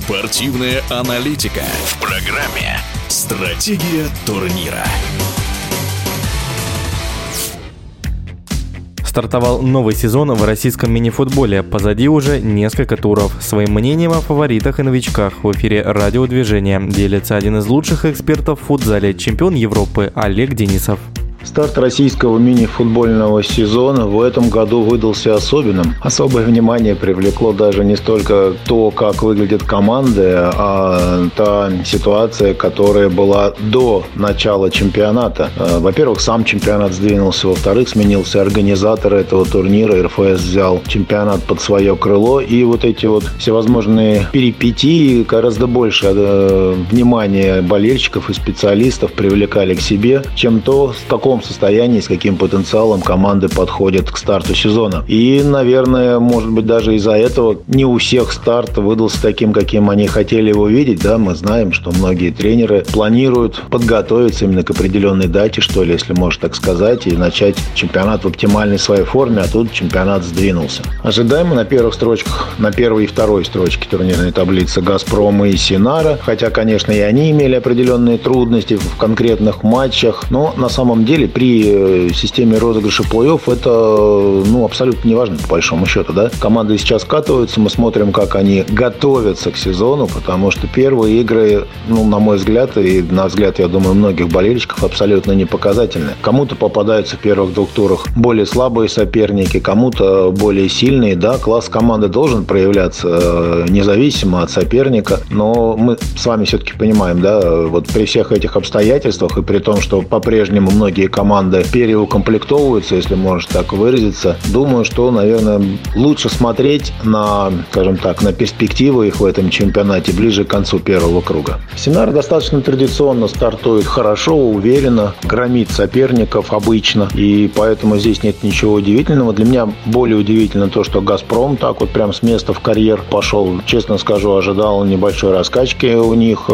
Спортивная аналитика в программе «Стратегия турнира». Стартовал новый сезон в российском мини-футболе. Позади уже несколько туров. Своим мнением о фаворитах и новичках в эфире радиодвижения делится один из лучших экспертов в футзале, чемпион Европы Олег Денисов. Старт российского мини-футбольного сезона в этом году выдался особенным. Особое внимание привлекло даже не столько то, как выглядят команды, а та ситуация, которая была до начала чемпионата. Во-первых, сам чемпионат сдвинулся. Во-вторых, сменился организатор этого турнира. РФС взял чемпионат под свое крыло. И вот эти вот всевозможные перипетии гораздо больше внимания болельщиков и специалистов привлекали к себе, чем то, в каком состоянии, с каким потенциалом команды подходят к старту сезона. И, наверное, может быть, даже из-за этого не у всех старт выдался таким, каким они хотели его видеть. Да, мы знаем, что многие тренеры планируют подготовиться именно к определенной дате, что ли, если можно так сказать, и начать чемпионат в оптимальной своей форме, а тут чемпионат сдвинулся. Ожидаемо на первых строчках, на первой и второй строчке турнирной таблицы «Газпрома» и «Синара», хотя, конечно, и они имели определенные трудности в конкретных матчах, но на самом деле при системе розыгрыша плей-офф это абсолютно не важно, по большому счету. Да? Команды сейчас скатываются, мы смотрим, как они готовятся к сезону, потому что первые игры, на мой взгляд, и на взгляд, я думаю, многих болельщиков, абсолютно не показательны. Кому-то попадаются в первых двух турах более слабые соперники, кому-то более сильные. Да, класс команды должен проявляться независимо от соперника, но мы с вами все-таки понимаем, да, вот при всех этих обстоятельствах и при том, что по-прежнему многие команды переукомплектовываются, если можно так выразиться. Думаю, что, наверное, лучше смотреть на, скажем так, на перспективы их в этом чемпионате ближе к концу первого круга. «Синар» достаточно традиционно стартует хорошо, уверенно, громит соперников обычно, и поэтому здесь нет ничего удивительного. Для меня более удивительно то, что «Газпром» так вот прям с места в карьер пошел. Честно скажу, ожидал небольшой раскачки у них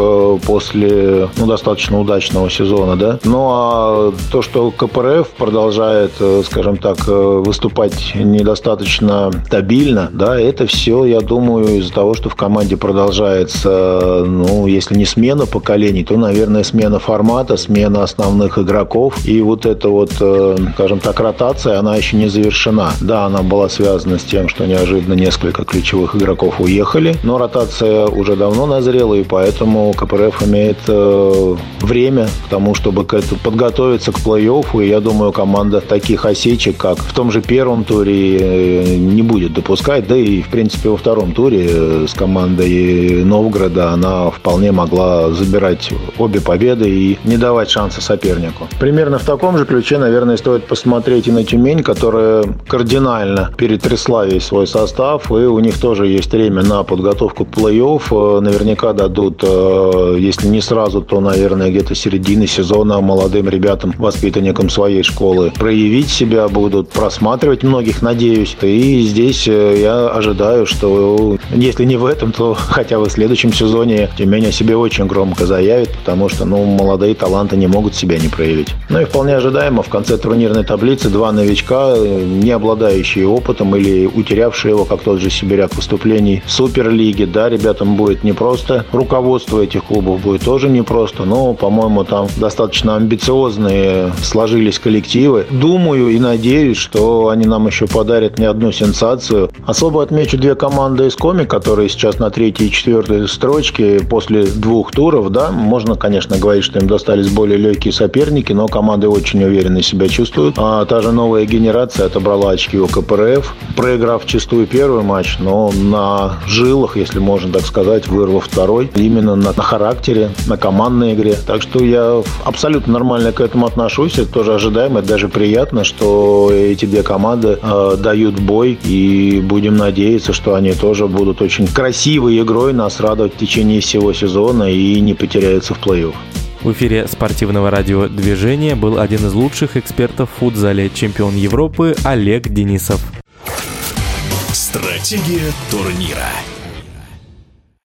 после достаточно удачного сезона, да. Ну а то, что КПРФ продолжает, скажем так, выступать недостаточно стабильно, да, это все, я думаю, из-за того, что в команде продолжается, если не смена поколений, то, наверное, смена формата, смена основных игроков. И вот эта вот, скажем так, ротация, она еще не завершена. Да, она была связана с тем, что неожиданно несколько ключевых игроков уехали, но ротация уже давно назрела, и поэтому КПРФ имеет время к тому, чтобы подготовиться к плей-оффу, и я думаю, команда таких осечек, как в том же первом туре, не будет допускать, да и, в принципе, во втором туре с командой Новгорода она вполне могла забирать обе победы и не давать шанса сопернику. Примерно в таком же ключе, наверное, стоит посмотреть и на Тюмень, которая кардинально перетрясла весь свой состав, и у них тоже есть время на подготовку к плей-офф. Наверняка дадут, если не сразу, то, наверное, где-то середины сезона молодым ребятам, воспитанникам своей школы, проявить себя, будут просматривать многих, надеюсь. И здесь я ожидаю, что если не в этом, то хотя бы в следующем сезоне Тюмень о себе очень громко заявит, потому что молодые таланты не могут себя не проявить. И вполне ожидаемо в конце турнирной таблицы два новичка, не обладающие опытом или утерявшие его, как тот же Сибиряк, выступлений в Суперлиге. Да, ребятам будет непросто. Руководство этих клубов будет тоже непросто, но, по-моему, там достаточно амбициозные сложились коллективы. Думаю и надеюсь, что они нам еще подарят не одну сенсацию. Особо отмечу две команды из Коми, которые сейчас на 3-й и 4-й строчке после двух туров. Да, можно, конечно, говорить, что им достались более легкие соперники, но команды очень уверенно себя чувствуют. А та же новая генерация отобрала очки у КПРФ, проиграв вчистую первый матч, но на жилах, если можно так сказать, вырвав второй, именно на характере, на командной игре. Так что я абсолютно нормально к этому отношусь. Это тоже ожидаемо, это даже приятно, что эти две команды дают бой, и будем надеяться, что они тоже будут очень красивой игрой нас радовать в течение всего сезона и не потеряются в плей-офф. В эфире спортивного радиодвижения был один из лучших экспертов в футзале, чемпион Европы Олег Денисов. Стратегия турнира.